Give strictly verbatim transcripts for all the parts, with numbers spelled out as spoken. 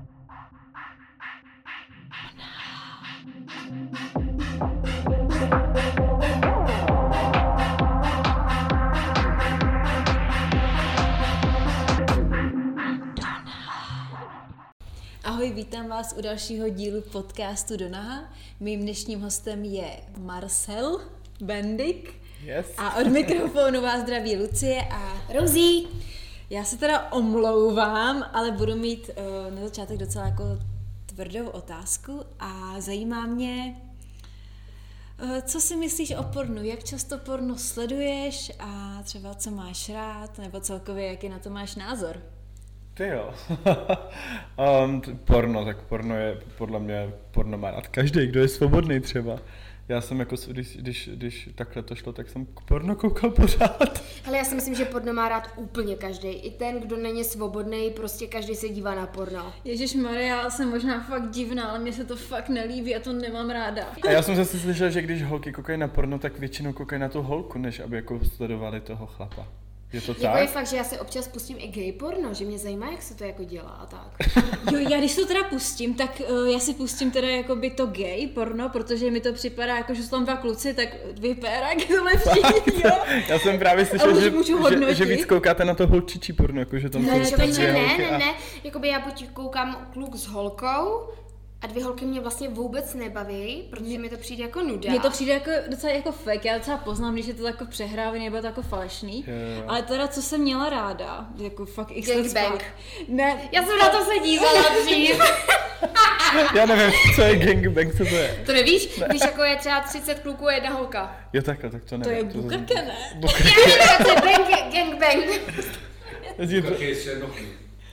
Ahoj, vítám vás u dalšího dílu podcastu Donaha. Mým dnešním hostem je Marcel Bendik. Yes. A od mikrofonu vás zdraví Lucie a Rosie. Já se teda omlouvám, ale budu mít uh, na začátek docela jako tvrdou otázku a zajímá mě, uh, co si myslíš o pornu, jak často porno sleduješ a třeba co máš rád, nebo celkově jaký na to máš názor? Ty jo. um, porno, tak porno je podle mě, porno má rád každý, kdo je svobodný třeba. Já jsem jako, když, když, když takhle to šlo, tak jsem porno koukal pořád. Hele, já si myslím, že porno má rád úplně každý. I ten, kdo není svobodný, prostě každý se dívá na porno. Ježišmarja, já jsem možná fakt divná, ale mně se to fakt nelíbí a to nemám ráda. A já jsem zase slyšel, že když holky koukají na porno, tak většinou koukají na tu holku, než aby jako sledovali toho chlapa. Je to tak? Jako je fakt, že já se občas pustím i gay porno, že mě zajímá, jak se to jako dělá a tak. Jo, já když to teda pustím, tak uh, já si pustím teda jako by to gay porno, protože mi to připadá jako, že jsou tam dva kluci, tak vypadá, jak to lepší, jo. Já jsem právě slyšel, že, že, že víc koukáte na to holčičí porno, jako že tam ne, jsou ne, dvě ne, holky ne, a... ne, jakoby já buď koukám kluk s holkou, a dvě holky mě vlastně vůbec nebaví, protože mi to přijde jako nuda. Mně to přijde jako docela jako fake, já docela poznám, když je to jako přehrávený nebo to jako falešný. Je, ale teda, co jsem měla ráda, jako fakt x let Gangbang. Ne. Já jsem na to se dívala dřív. Já nevím, co je gangbang, co to je. To nevíš? Ne. Když jako je třeba třicet kluků a jedna holka. Jo takhle, tak to nevím. To je bukrke, ne? Bukrke. Já nevím, to je bang, gangbang. Bukaky s černochmi.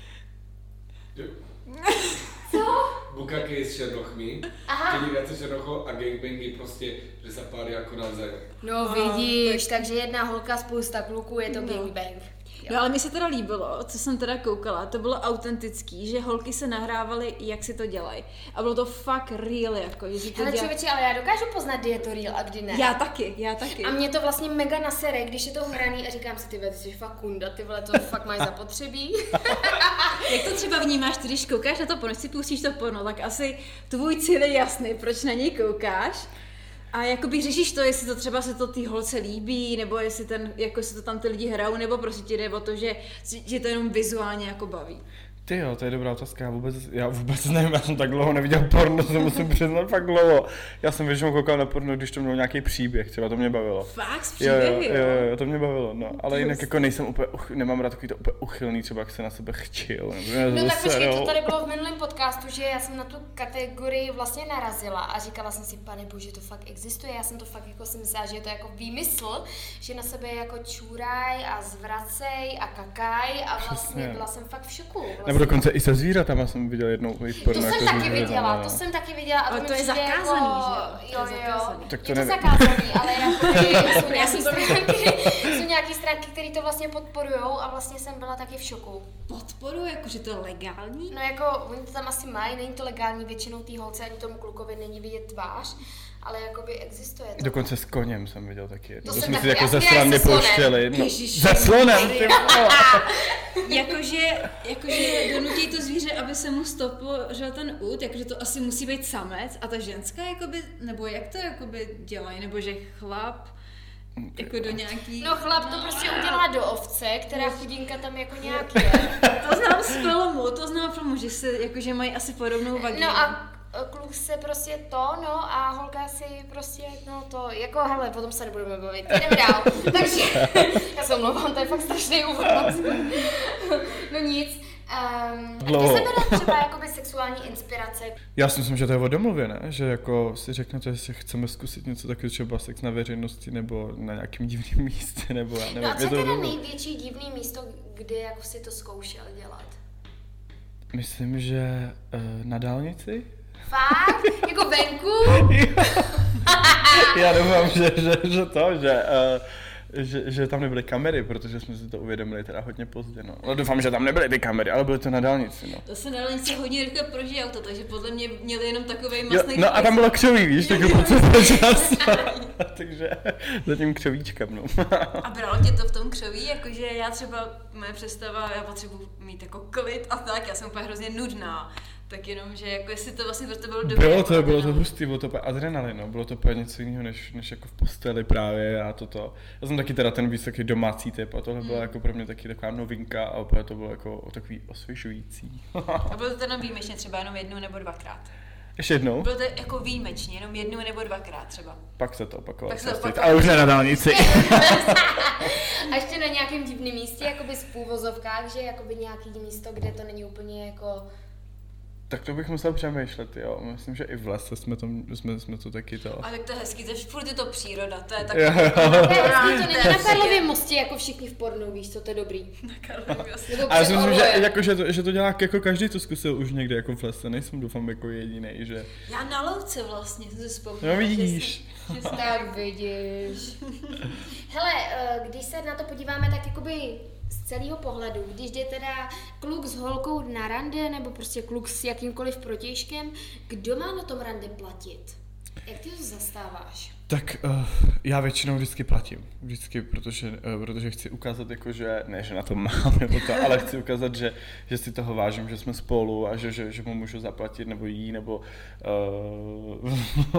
Co? Bukaky s černochmi. Aha. Keď viacej černochov a gangbangy prostě, že sa pária ako navzájem. No vidíš, takže jedna holka, spousta kluků, je to no. gangbang. No ale mi se teda líbilo, co jsem teda koukala, to bylo autentický, že holky se nahrávaly, jak si to dělají. A bylo to fakt real, jako, že si to ale dělá... člověče, ale já dokážu poznat, kdy je to real a kdy ne. Já taky, já taky. A mě to vlastně mega nasere, když je to hraný a říkám si, ty vole, ty jsi fakt kunda, ty vole, to fakt máš zapotřebí. Jak to třeba vnímáš, ty, když koukáš na to porno, si pustíš to porno, tak asi tvůj cíl je jasný, proč na něj koukáš. A jakoby řešíš to, jestli to třeba se to té holce líbí, nebo jestli ten, jako si to tam ty lidi hrajou, nebo prostě ti jde o to, že, že to jenom vizuálně jako baví. Ty jo, to je dobrá otázka, já vůbec, já vůbec nevím, já jsem tak dlouho neviděl porno, to musím přiznat fakt dlouho. Já jsem většinou koukal na porno, když to mělo nějaký příběh, třeba to mě bavilo. Fakt, z příběhy, jo? Jo, jo, to mě bavilo, no, ale jinak jako nejsem úplně, uch, nemám rád takový to úplně uchylný, třeba jak se na sebe chčil. No tak počkej, to tady bylo v minulém podcastu, že já jsem na tu kategorii vlastně narazila a říkala jsem si, pane bože, to fakt existuje, já jsem to fakt jako si myslela, že je to jako výmysl, že na sebe jako čůraj a zvracej a kakaj a vlastně Přesně. Byla jsem fakt v šoku. Vlastně. Nebo dokonce i se zvířatama jsem viděl jednou porno. To jsem jako taky zvířata, viděla, no. to jsem taky viděla. A ale to, to je zakázaný, jako, že jo? Jo, jo, tak to je nevím. to zakázaný, ale jako jsou nějaký stránky, jsou nějaký stránky, které to vlastně podporujou a vlastně jsem byla taky v šoku. Podporuji, jakože to je legální? No jako, oni to tam asi mají, není to legální, většinou té holce ani tomu klukovi není vidět tvář, ale jakoby existuje to. Dokonce s koněm jsem viděl taky. To, to jsem jsme si taky, jako ze strany pouštěli. No, za slonem, ty jakože, jakože donutí to zvíře, aby se mu stopořil ten út, jakože to asi musí být samec a ta ženská jakoby, nebo jak to jakoby dělají, nebo že chlap jako do nějaký... No chlap to prostě udělá do ovce, která chudinka tam jako nějak je. To znám z filmu, to znám z filmu, že se, jakože mají asi podobnou vagínu. No a kluk se prostě to, no a holka si prostě, no to, jako hele, potom se nebudeme bavit, jdeme dál. Takže, já se omlouvám, to je fakt strašný úvod. No nic. Um, kde se bere třeba jakoby sexuální inspirace? Já si myslím, že to je o domluvě, ne? Že jako si řeknete, jestli chceme zkusit něco takového, třeba sex na veřejnosti nebo na nějakém divném místě, nebo já nevím. No a co je to teda domluv... největší divný místo, kde jako si to zkoušel dělat? Myslím, že uh, na dálnici. Fakt? Jako venku? Já doufám, že, že, že to, že... Uh, Že, že tam nebyly kamery, protože jsme si to uvědomili teda hodně pozdě, no. No doufám, že tam nebyly ty kamery, ale byly to na dálnici, no. To se na dálnici hodně rychle prožije auto, takže podle mě měli jenom takovej masný... No a tam bylo křoví, víš, tak potřebuje čas. Takže za tím křovíčkem, no. A bralo tě to v tom křoví, jakože já třeba, moje představa, já potřebuji mít jako klid a tak, já jsem úplně hrozně nudná. Tak jenom, že jako jestli to vlastně to bylo dobré. Bylo to, bylo to hustý, bylo to adrenalin, no. Bylo to úplně něco jiného, než, než jako v posteli právě a toto. Já jsem taky teda ten víc taky domácí typ a tohle hmm. bylo jako pro mě taky taková novinka a opět to bylo jako takový osvěžující. A bylo to teda výjimečně třeba jenom jednou nebo dvakrát? Ještě jednou? Bylo to jako výjimečně, jenom jednou nebo dvakrát třeba. Pak se to opakovalo. Pak se to opakovalo. Ale už ne na dálnici. A ještě na nějakém divném místě, jakoby v půvozovkách, že jakoby nějaký místo, kde to není úplně jako... Tak to bych musel přemýšlet, jo. Myslím, že i v lese jsme to, jsme, jsme to taky to... A tak to je hezký, to je furt je to příroda, to je tak... To je hezký, to není na Karlově mostě, jako všichni v pornu, víš co, to je dobrý. Na Karlově mostě. A já si myslím, že, jako, že, to, že to dělá jako každý to zkusil už někde jako v lese, nejsem doufám jako jedinej, že... Já na louce vlastně, to si vzpomínám. No vidíš. Že jsi, tak vidíš. Hele, když se na to podíváme, tak jakoby z celého pohledu, když jde teda kluk s holkou na rande, nebo prostě kluk s jakýmkoliv protějškem, kdo má na tom rande platit? Jak ty to zastáváš? Tak uh, já většinou vždycky platím, vždycky, protože, uh, protože chci ukázat jako, že, ne, že na to mám, nebo to, ale chci ukázat, že, že si toho vážím, že jsme spolu a že, že, že mu můžu zaplatit, nebo jí, nebo... Uh,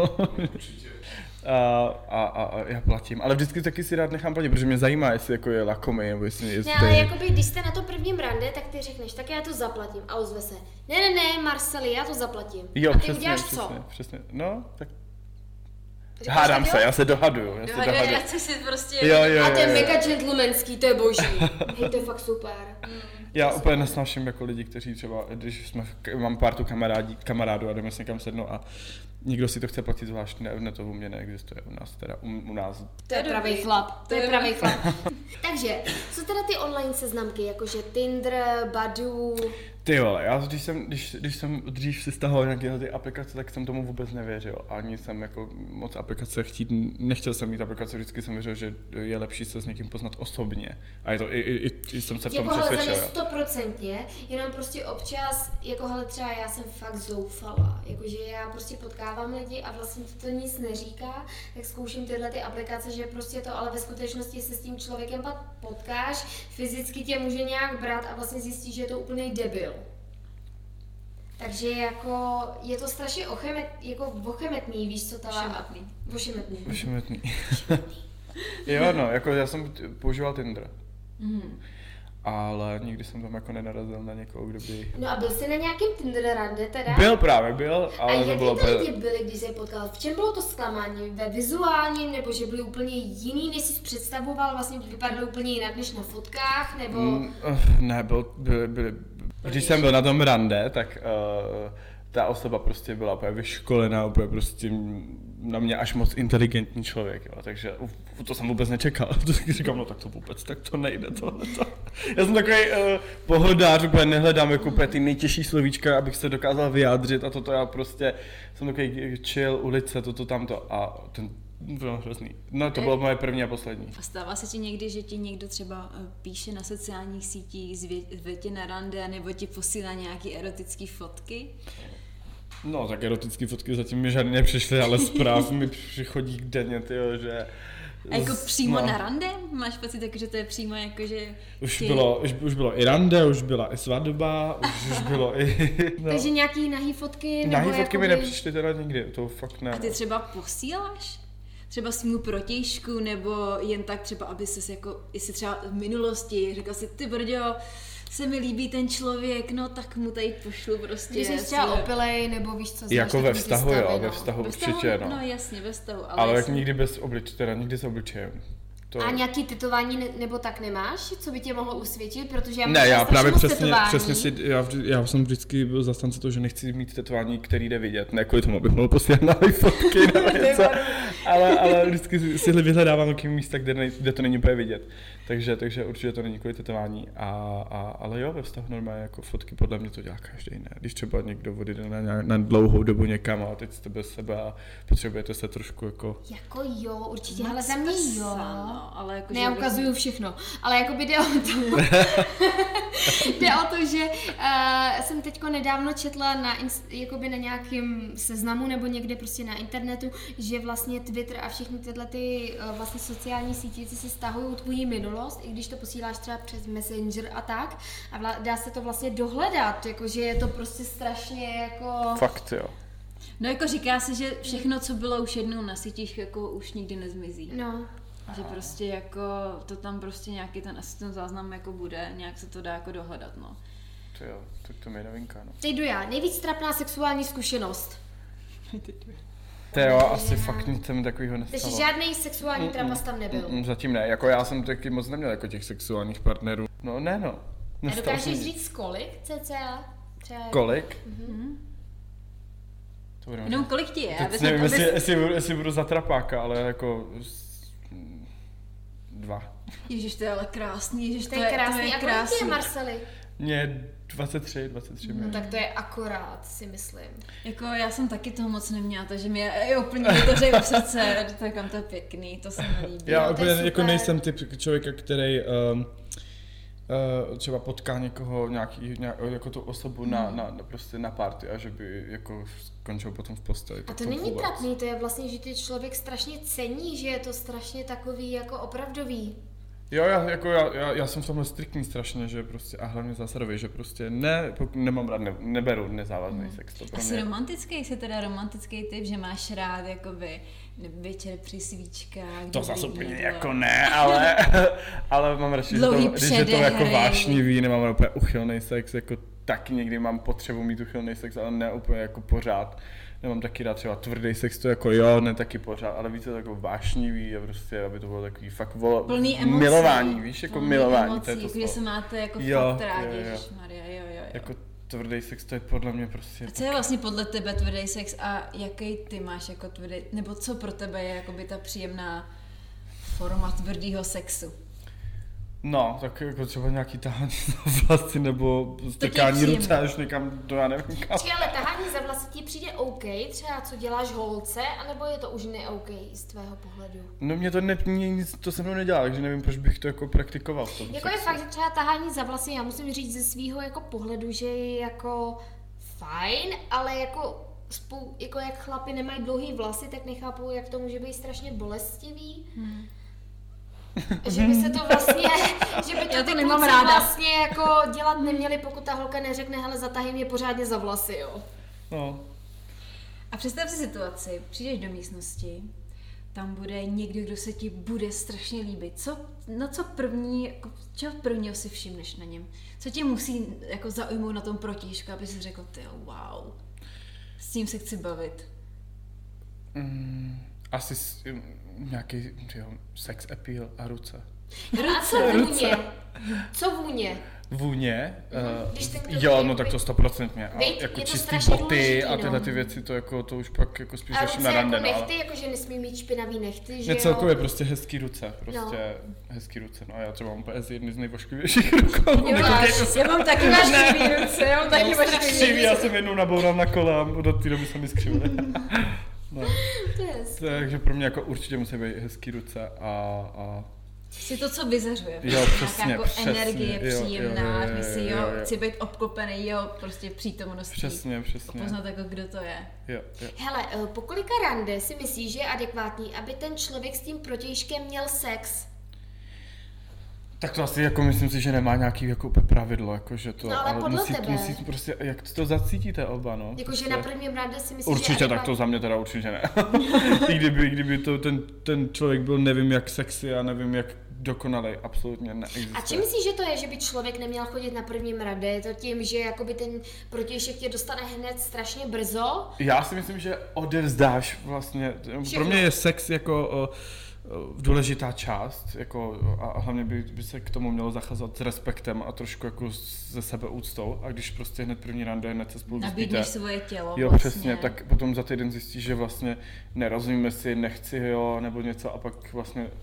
a, a, a já platím, ale vždycky taky si rád nechám platit, protože mě zajímá, jestli jako je lakomý, nebo jestli... jestli ne, ale jakoby, když jste na to prvním rande, tak ty řekneš, tak já to zaplatím a ozve se. Ne, ne, ne, Marceli, já to zaplatím. Jo, a ty přesně, uděláš přesně, co? Přesně, no, tak... Říkáš Hádám tak, se, jo? já se dohaduju, já se Dohaduje, dohaduju. já chci si prostě... Jo, jo, A to je jo, jo. mega gentlemanský, to je boží. Hej, to je fakt super. Mm. Já úplně nesnáším jako lidi, kteří třeba, když jsme, v, mám partu kamarádí, kamarádů a jdeme si někam sednout a někdo si to chce platit zvlášť, ne, ne to u mě neexistuje, u nás teda, u, u nás. To je pravý chlap, to je pravý chlap. Takže, co teda ty online seznamky, jakože Tinder, Badoo? Ty vole, já když jsem, když, když jsem dřív si stahoval nějaké ty aplikace, tak jsem tomu vůbec nevěřil. Ani jsem jako moc aplikace chtít, nechtěl jsem mít aplikace, vždycky jsem věřil, že je lepší se s někým poznat osobně. A je to, i, i, i jsem se v tom jako přesvědčil. Jako stoprocentně, jenom prostě občas, jako hele třeba já jsem fakt zoufala, jakože já prostě potkávám lidi a vlastně to nic neříká, tak zkouším tyhle ty aplikace, že prostě to, ale ve skutečnosti se s tím člověkem pak potkáš, fyzicky tě může nějak brát a vlastně zjistíš, že je to úplný debil. Takže jako je to strašně ochemet, jako ochemetný, víš co ta... Ošemetný. Ošemetný. Ošemetný. Jo no, jako já jsem používal Tinder. Mm. Ale nikdy jsem tam jako nenarazil na někoho, kdo by... No a byl jsi na nějakém Tinder rande teda? Byl právě, byl, ale a to bylo... A jaký lidi byli, když jsi je potkal? V čem bylo to zklamání? Ve vizuálním, nebo že byli úplně jiný, než jsi představoval, vlastně vypadaly úplně jinak než na fotkách, nebo... Mm, ne, byl, byli, byli, když jsem byl na tom rande, tak uh, ta osoba prostě byla úplně vyškolená, úplně prostě na mě až moc inteligentní člověk, jo, takže uh, to jsem vůbec nečekal. Říkám, no tak to vůbec, tak to nejde, tohleto. Já jsem takový uh, pohodář, úplně nehledám jako úplně ty nejtěžší slovíčka, abych se dokázal vyjádřit a toto já prostě jsem takový chill, ulice, toto, tamto a ten bylo hrozný. No to bylo moje první a poslední. A stává se ti někdy, že ti někdo třeba píše na sociálních sítích, zve tě na rande, nebo ti posílá nějaký erotický fotky? No tak erotické fotky zatím mi žádné nepřišly, ale zpráv mi přichodí denně, tyjo, že... A jako přímo no. na rande? Máš pocit, jako, že to je přímo jako, že... Už ty... bylo, už, už bylo i rande, už byla i svatba, už, už bylo i... No. Takže nějaký nahý fotky? Nahý nebo fotky jakoby... mi nepřišly teda nikdy, to fakt ne. A ty třeba posíláš? Třeba svýmu protějšku, nebo jen tak třeba, aby ses jako, jestli třeba v minulosti řekl si, ty brďo, se mi líbí ten člověk, no tak mu tady pošlu prostě. Když jsi třeba opilej, nebo víš co, jako ve vztahu, stavy, jo, no. ve vztahu Ve určitě, no. No jasně, ve vztahu, ale, Ale jak jasně. nikdy bez obličeje, teda nikdy s obličejem. To... A nějaký tetování ne, nebo tak nemáš, co by tě mohlo usvědčit, protože já mám Ne, já právě přesně, tetování. přesně si, já, vždy, já jsem vždycky byl zastánce toho, že nechci mít tetování, který jde vidět, ne kvůli tomu, abych mohl posílat na fotky nebo něco, ale, ale vždycky si vyhledávám takové místa, kde, ne, kde to není úplně vidět, takže, takže určitě to není kvůli tetování, a, a, ale jo, ve vztahu normálně jako fotky podle mě to dělá každý, ne, když třeba někdo odjde na, na dlouhou dobu někam a teď jste bez sebe a potřebujete se trošku jako... Jako jo, určitě, ale za mě jo. no, ale jako... Neukazuju bych... všechno, ale jako by jde o to, jde o to, že uh, jsem teďko nedávno četla na, jakoby na nějakém seznamu nebo někde prostě na internetu, že vlastně Twitter a všechny tyhle ty uh, vlastně sociální sítě si stahují tvoji minulost, i když to posíláš třeba přes Messenger a tak, a vla, dá se to vlastně dohledat, jakože je to prostě strašně jako... Fakt jo. No jako říká se, že všechno, co bylo už jednou na sítích, jako už nikdy nezmizí. No. Že prostě jako to tam prostě nějaký ten asi ten záznam jako bude, nějak se to dá jako dohledat, no. To jo, tak to mi je novinka, no. Teď jdu já. Nejvíc trapná sexuální zkušenost. To jo, asi fakt nic mi takového nestalo. Takže žádný sexuální mm, trapas tam nebyl. Mm, zatím ne, jako já jsem taky moc neměl jako těch sexuálních partnerů. No ne no. A dokážeš říct kolik cca? Třeba... Kolik? Mhm. To bude jenom kolik ti je? Teď nevím, jestli, jestli, budu, jestli budu za trapáka, ale jako dva. Ježiš, to je ale krásný, ježiš, to, to je krásný. To je a kolik ti je, Marceli? Mně dvacet tři, dvacet tři. No tak to je akorát, si myslím. Jako já jsem taky toho moc neměla, takže mě je úplně vytvoří v srdce, tak tam to je pěkný, to se mi líbí. Já úplně jako nejsem typ člověka, který um, Uh, třeba potká někoho, nějaký, nějak, jako tu osobu hmm. na, na, na, prostě na party a že by jako skončil potom v posteli. A to není trapný, to je vlastně, že ty člověk strašně cení, že je to strašně takový jako opravdový. Jo, já, jako já, já, já jsem v tomhle striktní strašně, že prostě, a hlavně zásadový, že prostě ne, pokud nemám rád, ne, neberu nezávazný hmm. sex. To pro Asi mě... romantický, jsi teda romantický typ, že máš rád jakoby večer při svíčkách. To zase úplně jako ne, ale, ale mám radši, že to, když je to jako vášnivý, nemám úplně uchylný sex, jako taky někdy mám potřebu mít uchylný sex, ale ne úplně jako pořád. Nemám taky rád třeba tvrdý sex, to jako jo, ne taky pořád, ale více to jako vášnivý a prostě, aby to bylo takový fakt vol... plný emocí. Milování, víš, jako plný milování, emocí, to je to slovo. Když se máte jako jo, fakt rádi, jo, jo. ježišmarja, jo, jo, jo. Jako tvrdý sex, to je podle mě prostě... A co je vlastně podle tebe tvrdý sex a jaký ty máš jako tvrdý, nebo co pro tebe je jakoby ta příjemná forma tvrdýho sexu? No, tak jako třeba nějaký tahání za vlasy nebo strkání ruce až někam, to já nevím kam. Či ale tahání za vlasy ti přijde OK, třeba co děláš holce, anebo je to už ne OK z tvého pohledu? No mě to ne, mě nic, to se mnou nedělá, takže nevím, proč bych to jako praktikoval v tom Jako sexu. je fakt, že třeba tahání za vlasy, já musím říct ze svého jako pohledu, že je jako fajn, ale jako spou, jako jak chlapi nemají dlouhý vlasy, tak nechápu, jak to může být strašně bolestivý. Hmm. Že by se to vlastně, že by to, to ty kluci vlastně jako dělat neměli, pokud ta holka neřekne, hele, zatahy mě pořádně za vlasy, jo. No. A představ si situaci, přijdeš do místnosti, tam bude někdo, kdo se ti bude strašně líbit. Co, no co první, jako, čeho prvního si všimneš na něm? Co tě musí jako zaujmout na tom protížku, aby si řekl, tyjo, wow, s tím se chci bavit? Mm, asi s, nějaký tyjo, sex appeal a ruce. A co vůně? Co vůně? Vůně? Mm-hmm. Uh, jo, no tak to stoprocentně. A Víť, jako čistý boty důležitý, a tyhle no. ty věci, to jako to už pak jako spíš a řeším na rande. A ruce jako nechty, ale... jako že nesmí mít špinavý nechty, že Mě jo? celkově prostě hezký ruce, prostě no. hezký ruce. No a já třeba mám úplně jedny z nejvošklivějších rukou. Jo, máš, já mám taky vošklivý ruce, já mám taky vošklivý ruce. Já jsem jednou naboural na kola a do té doby se mi skřivily. No. To je Takže pro mě jako určitě musí být hezký ruce a... a... Si to, co vyzařuje. Jo, přesně, jako přesně. energie Jo, příjemná, jo, jo, jo, si, jo, jo, jo. chci být obklopený jeho prostě přítomností. Přesně, přesně. Poznat jako, kdo to je. Jo, jo. Hele, po kolika rande si myslíš, že je adekvátní, aby ten člověk s tím protějškem měl sex? Tak to asi jako myslím si, že nemá nějaký jako pravidlo, jako že to, no, ale, ale musí, tebe. musí prostě, jak to zacítíte oba, no. Jako, prostě. že na prvním rande si myslíš, určitě, že tak to za mě teda určitě ne. I kdyby, kdyby to ten, ten člověk byl nevím jak sexy a nevím jak dokonalej, absolutně neexistuje. A čím myslíš, že to je, že by člověk neměl chodit na prvním rande? Je to tím, že jakoby ten protějšek tě dostane hned strašně brzo? Já si myslím, že odevzdáš vlastně, Všechno. Pro mě je sex jako o, důležitá část, jako, a hlavně by, by se k tomu mělo zacházet s respektem a trošku jako ze sebe úctou, a když prostě hned první rande, hned se spolu vyspíte. Nabídneš svoje tělo. Jo, vlastně. přesně, tak potom za týden zjistíš, že vlastně nerozumíme si, nechci, jo, nebo něco, a pak vlastně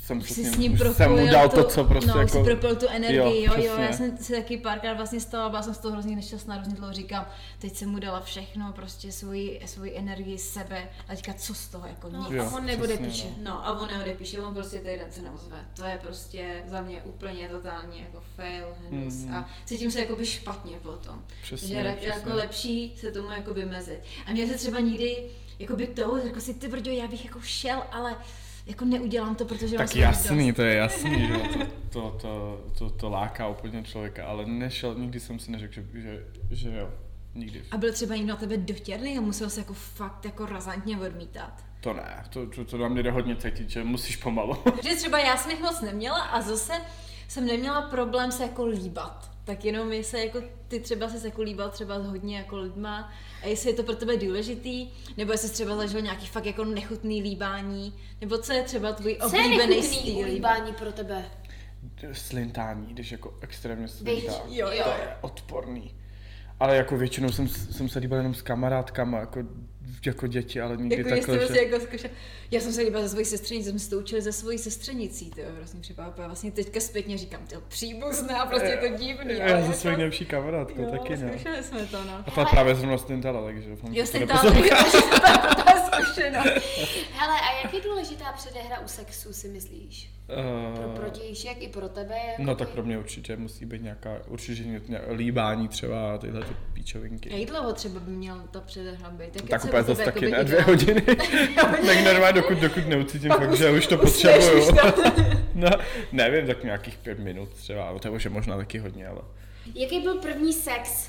jsem už se si s s ním, ním už jsem mu dal tu, to, co prostě no, jako... už si propil tu energii, jo, jo, jo, já přesně. jsem si taky párkrát vlastně stala, byla jsem z toho hrozně nešťastná, hrozně dlouho říkám, teď jsem mu dala všechno, prostě svoji, svoji energii, sebe, a teďka co z toho, jako No, nic. Jo, a on nebude přesně, píše. No a on neodepíše, on prostě týden se neozve. To je prostě za mě úplně totálně jako fail, hnus. Mhm. A cítím se jakoby špatně potom. Přesně, že je přesně. jako lepší se tomu jako vymezit. A mě se třeba nikdy jakoby to, jako si ty brďo, já bych jako šel, ale jako neudělám to, protože mám Tak svou jasný, dost. to je jasný, že jo, to, to, to, to, to láká úplně člověka, ale nešel, nikdy jsem si neřekl, že, že, že jo, nikdy. A byl třeba někdo na tebe dotěrný a musel se jako fakt jako razantně odmítat. To ne, to, to, to na mě jde hodně cítit, že musíš pomalu. Že třeba já jsem jich moc neměla a zase jsem neměla problém se jako líbat. Tak jenom jestli jako ty třeba se jako líbal třeba s hodně jako lidma a jestli je to pro tebe důležitý, nebo jestli jsi třeba zažil nějaký fakt jako nechutný líbání, nebo co je třeba tvůj Co je oblíbený nechutný styl ulíbání pro tebe? Slintání, když jako extrémně slintá, Jo, to jo. je odporný. Ale jako většinou jsem, jsem se líbil jenom s kamarádkama, jako, jako děti, ale nikdy Jako takhle, jestli že... prostě jako zkušel. Já jsem se líbila ze svojí sestřenicí, jsme se to učili ze svojí sestřenicí, to je vlastně překvapuje. Vlastně teďka zpětně říkám, ty příbuzná, prostě je to divný. ale Já jako- se svojí nejlepší kamarádkou, Jo, taky no. zkušeli jsme to, no. A ta právě zrovna slintala, takže doufám, Jo, že to jsi neposlouchá. tam, to je zkušenost. Hele, a jak je důležitá předehra u sexu, si myslíš? Pro Eh, protějšek i pro tebe? Jako No tak pro mě určitě musí být nějaká, určitě ně- líbání třeba a tyhle ty píčovinky. Jak dlouho třeba by měl ta předehra být? Jak Tak je úplně třeba zase tebe taky jakoby ne, dvě ideální? hodiny. Tak normálně, dokud, dokud neucítím Pak fakt, už- že už to usneš potřebuju. už to. No, nevím, tak nějakých pět minut třeba, ale to už je možná taky hodně, ale... Jaký byl první sex?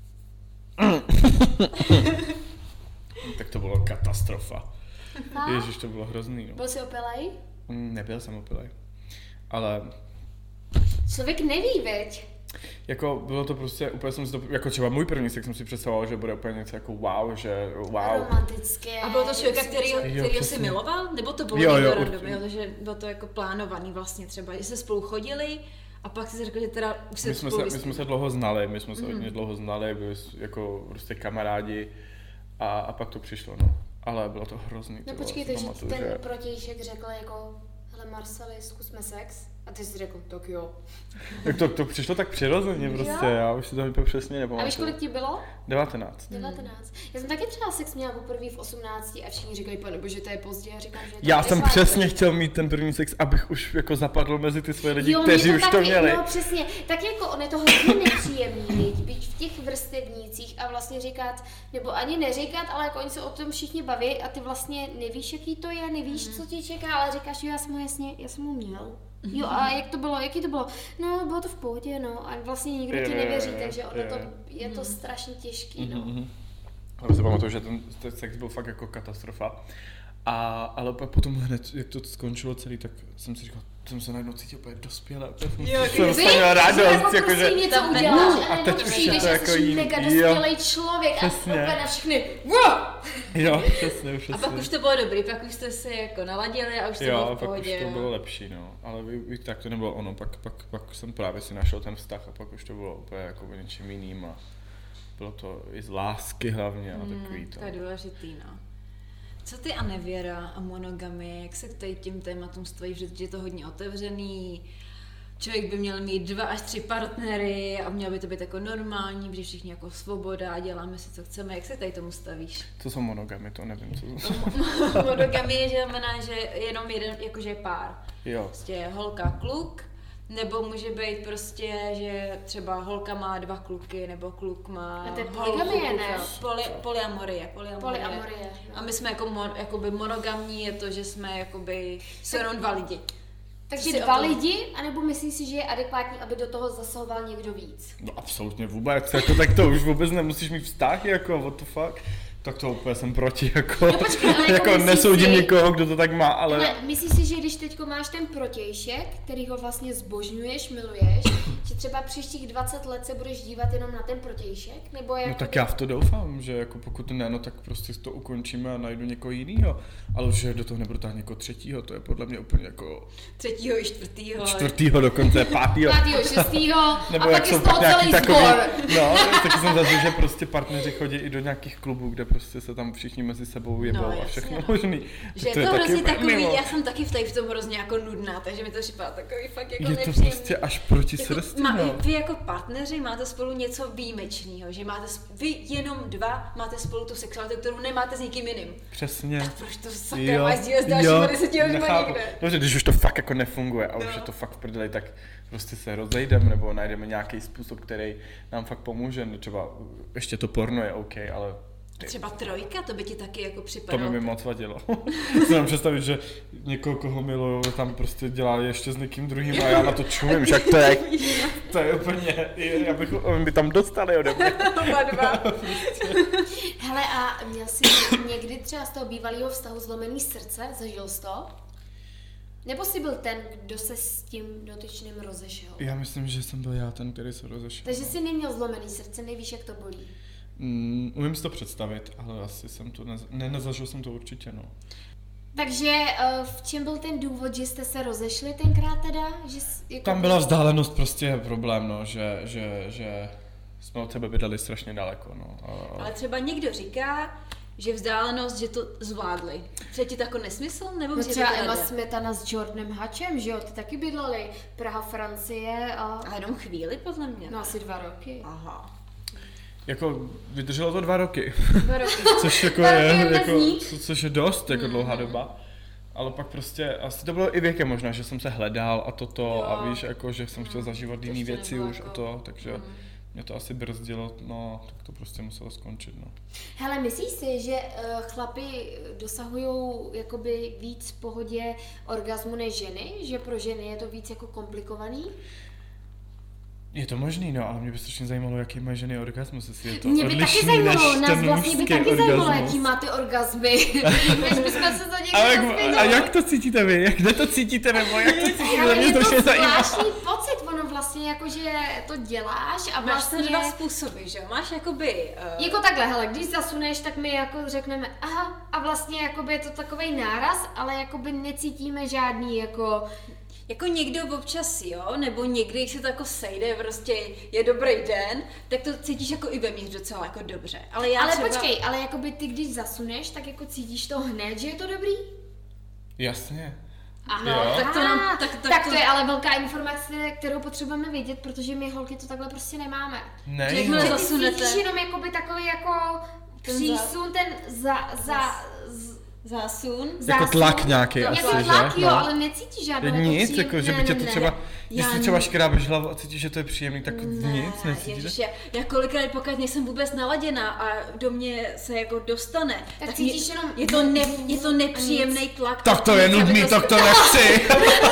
Tak to bylo katastrofa. A? Ježiš, to bylo hrozný, no. Byl jsi opilej? Mm, Nebyl jsem opilej. Ale Člověk neví, veď? jako bylo to prostě, úplně jsem si to, jako třeba můj první sex jsem si představoval, že bude úplně něco jako wow, že wow. Romantické. A byl to člověka, který, Jo, který si přesně. miloval? Nebo to bylo Jo, někdo jo, random? určitě. Jo, takže bylo to jako plánovaný vlastně třeba, že se spolu chodili a pak si řekl, že teda už se My jsme, spolu se, my jsme se dlouho znali, my jsme se hodně dlouho znali, byli jsme jako prostě kamarádi a, a pak to přišlo, no. Ale bylo to hrozný. No ty vole, počkej, si takže pamatuju, ten že- protějšek řekl jako, hele Marceli, zkusme sex. A ty jsi řekl, tak jo. Tak to, to přišlo tak přirozeně prostě, Jo? já už si to úplně přesně A nepamatuju. víš, kolik ti bylo? devatenáct. devatenáct. Já jsem taky třeba sex měla poprvé v osmnácti a všichni říkají, pane bože, to je pozdě. A říkám, že je to Já jsem desátý. přesně chtěl mít ten první sex, abych už jako zapadl mezi ty svoje lidi, Jo, kteří mě už taky, to měli. No přesně, tak jako on je to hodně nepříjemný, viď, být v těch vrstevnících a vlastně říkat, nebo ani neříkat, ale jako oni se o tom všichni baví a ty vlastně nevíš, jaký to je, nevíš, co ti čeká, ale říkáš, jo, já jsem ho jasně, já jsem ho měl. Jo, a jak to bylo, jaký to bylo? No, bylo to v pohodě, no, a vlastně nikdo ti Jo, nevěří, jo, takže ono jo. to, je to strašně těžký, no. Mhm. Já si pamatuju, že ten, ten sex byl fakt jako katastrofa. A, ale pak potom hned, jak to skončilo celý, tak jsem si říkal, jsem se najednou cítil úplně dospěle, úplně jsem, Jo, jsem vy- jsem měl radost, jako jakože, prostě něco tam uděláš hned- a, a teď teď už je přijdeš to a jako jsi jiný, mega jo. dospělej člověk Přesně. a úplně na všechny, wow! jo, přesně, přesně. A pak už to bylo dobrý, pak už jste se jako naladili a už to Jo, bylo a v pak už pohodě. to bylo lepší, no. Ale vy, vy, tak to nebylo ono, pak, pak, pak jsem právě si našel ten vztah a pak už to bylo úplně jako o něčem jiným a bylo to i z lásky hlavně a takový to. To je důležitý, no. Co ty a nevěra a monogamy, jak se k tady těm tématům stojí, že je to hodně otevřený, člověk by měl mít dva až tři partnery a měl by to být jako normální, protože všichni jako svoboda, děláme si, co chceme, jak se tady tomu stavíš? Co jsou monogamy, to nevím, co to Monogamy je, že znamená, že jenom jeden, jakože je pár. Jo. Prostě holka, kluk, nebo může být prostě, že třeba holka má dva kluky, nebo kluk má A to je holku, polygamie, ne? kluka. Poly, polyamorie, polyamorie. Polyamorie, no. A my jsme jako mon, jakoby monogamní, je to, že jsme jakoby, jsou jenom dva lidi. Co Takže si o dva tom- lidi, anebo myslíš si, že je adekvátní, aby do toho zasahoval někdo víc? No absolutně vůbec, jako tak to už vůbec nemusíš mít vztah, jako what the fuck. Tak to úplně jsem proti, jako, No počkej, ale jako jako myslíš nesoudím si- někoho, kdo to tak má, ale... Ale myslíš si, že když teďko máš ten protějšek, který ho vlastně zbožňuješ, miluješ, že třeba příštích dvacet let se budeš dívat jenom na ten protějšek? Nebo jako... No tak já v to doufám, že jako pokud ne, no tak prostě to ukončíme a najdu někoho jiného. Ale že do toho nebudu táhnout někoho třetího, to je podle mě úplně jako Třetího i čtvrtýho. čtvrtýho dokonce, pátýho. pátýho, šestýho Nebo a jak pak je jsou z toho pak nějaký celý takový, sbor. no, taky jsem zažil, že prostě partneři chodí i do nějakých klubů, kde prostě se tam všichni mezi sebou jebou No, a všechno jasně, no. možný. Že je to to, je taky hrozně úplně takový, mimo. já jsem taky v tady v tom hrozně jako nudná, takže mi to připadá takový fakt jako Je to nepříjemný. prostě až proti Jako, srsti, má, no. vy jako partneři máte spolu něco výjimečného, že máte, sp- vy jenom dva máte spolu tu sexualitu, kterou nemáte s nikým jiným. Přesně. Tak proč to sakra máš dílet s dalšíma deseti lidma nechápu. někde? Dobře, když už to fakt jako nefunguje a už No. je to fakt v prdeli, tak prostě se rozejdeme nebo najdeme nějaký způsob, který nám fakt pomůže. No třeba ještě to porno je OK, ale Třeba trojka, to by ti taky jako to připadalo. by mi moc vadilo. Si mám představit, že někoho, koho miluju, tam prostě dělá ještě s někým druhým a já na to čumím, že to je, to je úplně, já bych, oni by tam dostali ode mě. Oba dva. Hele, a měl jsi někdy třeba z toho bývalého vztahu zlomený srdce? Zažil jsi to? Nebo jsi byl ten, kdo se s tím dotyčným rozešel? Já myslím, že jsem byl já ten, který se rozešel. Takže jsi neměl zlomený srdce, nevíš, jak to bolí. Mm, umím si to představit, ale asi jsem to, nez, ne, nezažil jsem to určitě, no. Takže uh, v čem byl ten důvod, že jste se rozešli tenkrát teda? Že jsi, jako... Tam byla vzdálenost prostě problém, no, že, že, že jsme od sebe bydleli strašně daleko, no. A, Ale třeba někdo říká, že vzdálenost, že to zvládli. Co ti to jako nesmysl? Nebo No že třeba to Emma jde? Smetana s Jordanem Hatchem, že jo, ty taky bydleli. Praha, Francie a... A jenom chvíli, podle mě. No asi dva roky. Aha. jako vydrželo to dva roky, Dva roky. což jako Dva roky je, bez jako, nich. co, což je dost, jako dlouhá doba. Ale pak prostě, asi to bylo i věkem možná, že jsem se hledal a toto Jo. a víš, jako, že jsem chtěl zažívat To jiné ještě věci nebylo už jako- a to, takže Mhm. mě to asi brzdilo, no, tak to prostě muselo skončit, no. Hele, myslíš si, že uh, chlapi dosahují jakoby víc v pohodě orgazmu než ženy? Že pro ženy je to víc jako komplikovaný? Je to možný, no, ale mě by strašně zajímalo, jaký má ženy orgasmus, jestli je to Mě by taky odlišný zajímalo, než nás ten vlastně by mužský taky zajímalo, orgasmus. jaký máte orgazmy. Než bychom se to někdy Ale jak, dozvěděli. a jak to cítíte vy? Jak, kde to cítíte, nebo jak to cítíte? Ale Mě je to strašně zajímá. zvláštní pocit, ono vlastně jako, že to děláš a Máš vlastně... to dva způsoby, že jo? Máš jakoby... Uh, Jako takhle, hele, když zasuneš, tak my jako řekneme aha a vlastně jakoby je to takovej náraz, ale jakoby necítíme žádný jako... Jako někdo občas, jo, nebo někdy, když se to jako sejde, prostě je dobrý den, tak to cítíš jako i vevnitř docela jako dobře. Ale já ale třeba... počkej, ale jakoby ty když zasuneš, tak jako cítíš to hned, že je to dobrý? Jasně. Aha, Jo. Tak to nám- Ah, tak- tak tak to- to je ale velká informace, kterou potřebujeme vědět, protože my holky to takhle prostě nemáme. Ne, Že no. jakmile Že ty zasunete- cítíš jenom jakoby takový jako Ten za- přísun, ten za, za, z, Zásun. Jako zásun. tlak nějaký No, asi, nějaký že? tlak, jo, No. ale necítíš žádnou Je jako nic, příjem- jako, že by ne, tě ne, to ne. třeba, když Já si ne. třeba škrábeš hlavu a cítíš, že to je příjemný, tak nic, necítíš? Ježiš, já, já kolikrát, pokud nejsem vůbec naladěná a do mě se jako dostane, Tak tak cítíš je, jenom- je to, ne, je to nepříjemný tlak. Tak to je Aby nudný, to tak to se- nechci.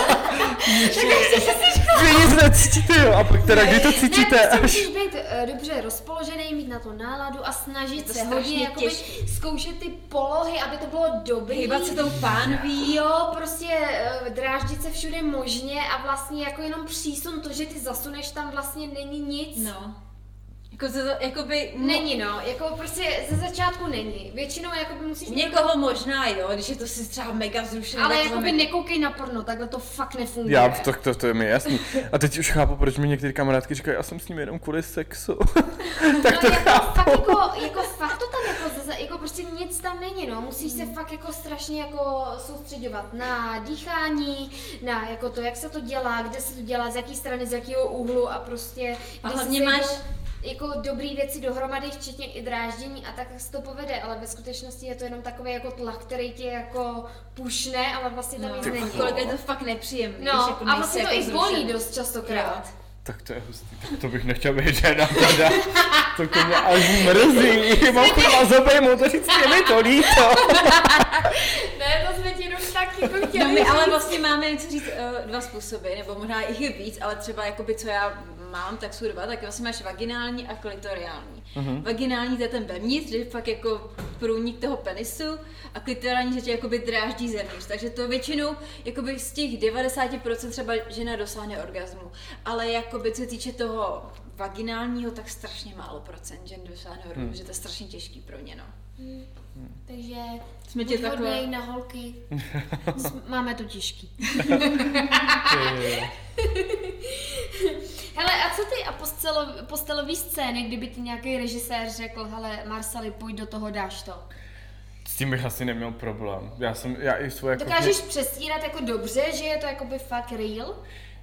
Vy nic necítíte, jo, a pak teda, kdy to Ne, cítíte? prostě Až... musíš být uh, dobře rozpoložený, mít na to náladu a Je snažit to se strašně hodně jakoby těžký. zkoušet ty polohy, aby to bylo dobrý. Hýbat se tou pánví. Jo, prostě uh, dráždit se všude možně a vlastně jako jenom přísun to, že ty zasuneš tam vlastně není nic. No. Jako, to, jakoby, no, Není no, jako prostě ze začátku není. Většinou jakoby musíš... někoho možná, jo, když je to si třeba mega zrušené. Ale tak jakoby máme- nekoukej na porno, takhle to fakt nefunguje. Já, to, to, to je mi jasný. A teď už chápu, proč mi některé kamarádky říkají, já jsem s ním jenom kvůli sexu. Tak to No jako chápu. fakt, jako, jako fakt to tam jako, zase, jako prostě nic tam není, no. Musíš se fakt jako strašně jako soustředovat na dýchání, na jako to, jak se to dělá, kde se to dělá, z jaký strany, z jakého úhlu a prostě... A když hlavně se máš- sejdou jako dobrý věci dohromady, včetně i dráždění a tak se to povede, ale ve skutečnosti je to jenom takový jako tlak, který tě jako pušne, ale vlastně tam No, nic není. kolik je to fakt nepříjemný. když No, jako a nejsi vlastně to jako i bolí zrušený. dost častokrát. Jo. Tak to je hustý. Tak to bych nechtěl být žena, teda. To ke mě až mrzí. Mám kurva zobejmu, to říct, je mi to líto. Ne, to jsme ti jenom tak jako chtěli No my ale říct. vlastně máme něco říct uh, dva způsoby, nebo možná jich je víc, ale třeba jakoby co já mám, tak jsou dva, tak vlastně máš vaginální a klitoriální. Uh-huh. Vaginální to je ten vevnitř, že je fakt jako průnik toho penisu a klitoriální, že tě jakoby dráždí zevnitř. Takže to většinou jakoby z těch devadesát procent třeba žena dosáhne orgazmu, ale jakoby co se týče toho vaginálního, tak strašně málo procent žen dosáhne orgazmu, hmm. že to je strašně těžký pro ně, no. Takže Jsme tě buď takhle- hodnej na holky. Máme to těžký. Hele, a co ty a postelo, postelový scény, kdyby ti nějaký režisér řekl, hele, Marceli, pojď do toho, dáš to? S tím bych asi neměl problém. Já jsem, já i svoje... Dokážeš jako... přestírat jako dobře, že je to jakoby fakt real?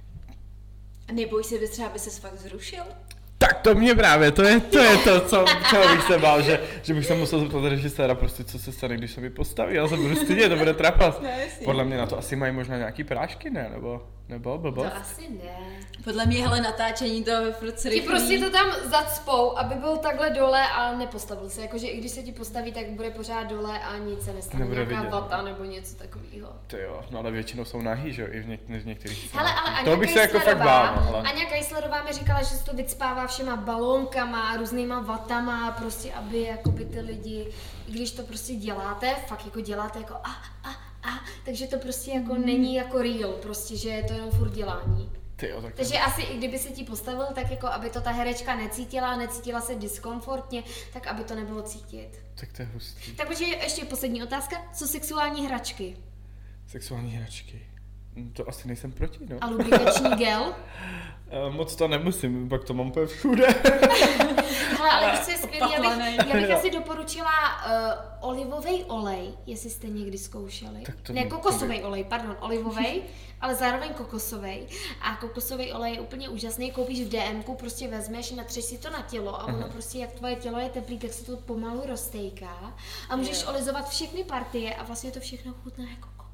Neboj se, že třeba by ses fakt zrušil? Tak to mě právě, to je to, je to co, čeho bych se bál, že, že bych se musel zeptat režiséra prostě, co se stane, když se mi postaví, já se budu stydět, to bude trapas. Podle mě na to asi mají možná nějaký prášky, ne? Nebo, nebo blbost? To asi ne. Podle mě, hele, natáčení toho ve furt Ti prostě to tam zacpou, aby byl takhle dole a nepostavil se, jakože i když se ti postaví, tak bude pořád dole a nic se nestane, nebude nějaká vidět. vata nebo něco takového. Ty jo, no ale většinou jsou nahý, že jo, i v, něk- v některých Hele, ale scénách. Aňa To bych se jako fakt bál, no, ale... Aňa Kajslerová mi říkala, že se to vycpává všema balónkama, různýma vatama, prostě aby jakoby ty lidi, i když to prostě děláte, fakt jako děláte jako a, a, a, takže to prostě jako mm. není jako real, prostě, že je to jenom furt dělání. Tyjo, tak Takže asi i kdyby se ti postavil, tak jako aby to ta herečka necítila, necítila se diskomfortně, tak aby to nebylo cítit. Tak to je hustý. Tak protože ještě poslední otázka, co sexuální hračky? Sexuální hračky. To asi nejsem proti, no. A lubrikační gel? Moc to nemusím, pak to mám úplně všude. Hele, ale víš, co je skvělý, já bych, já bych asi doporučila uh, olivový olej, jestli jste někdy zkoušeli. Ne, kokosový olej, pardon, olivový, ale zároveň kokosový. A kokosový olej je úplně úžasný, koupíš v DMku, prostě vezmeš, natřeš si to na tělo a ono Aha. prostě, jak tvoje tělo je teplý, tak se to pomalu roztejká a můžeš Jo. olizovat všechny partie a vlastně to všechno chutná jako kokos.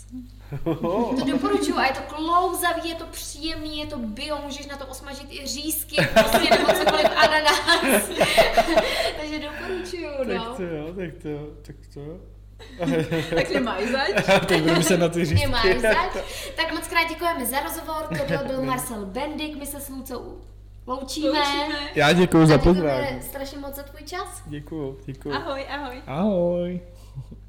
To doporučuji a je to klouzavý, je to příjemný, je to bio, můžeš na to osmažit i řízky, prostě nebo cokoliv ananas. Takže doporučuji, no. Tak to jo, tak to jo, tak to jo. Tak nemáš zač. Tak budu se na ty říct. Nemáš zač. Tak moc krát děkujeme za rozhovor, tohle byl Marcel Bendik, my se s Lucou loučíme. Loučíme. Já děkuju za A děkujeme pozvání. strašně moc za tvůj čas. Děkuju, děkuju. Ahoj, ahoj. Ahoj.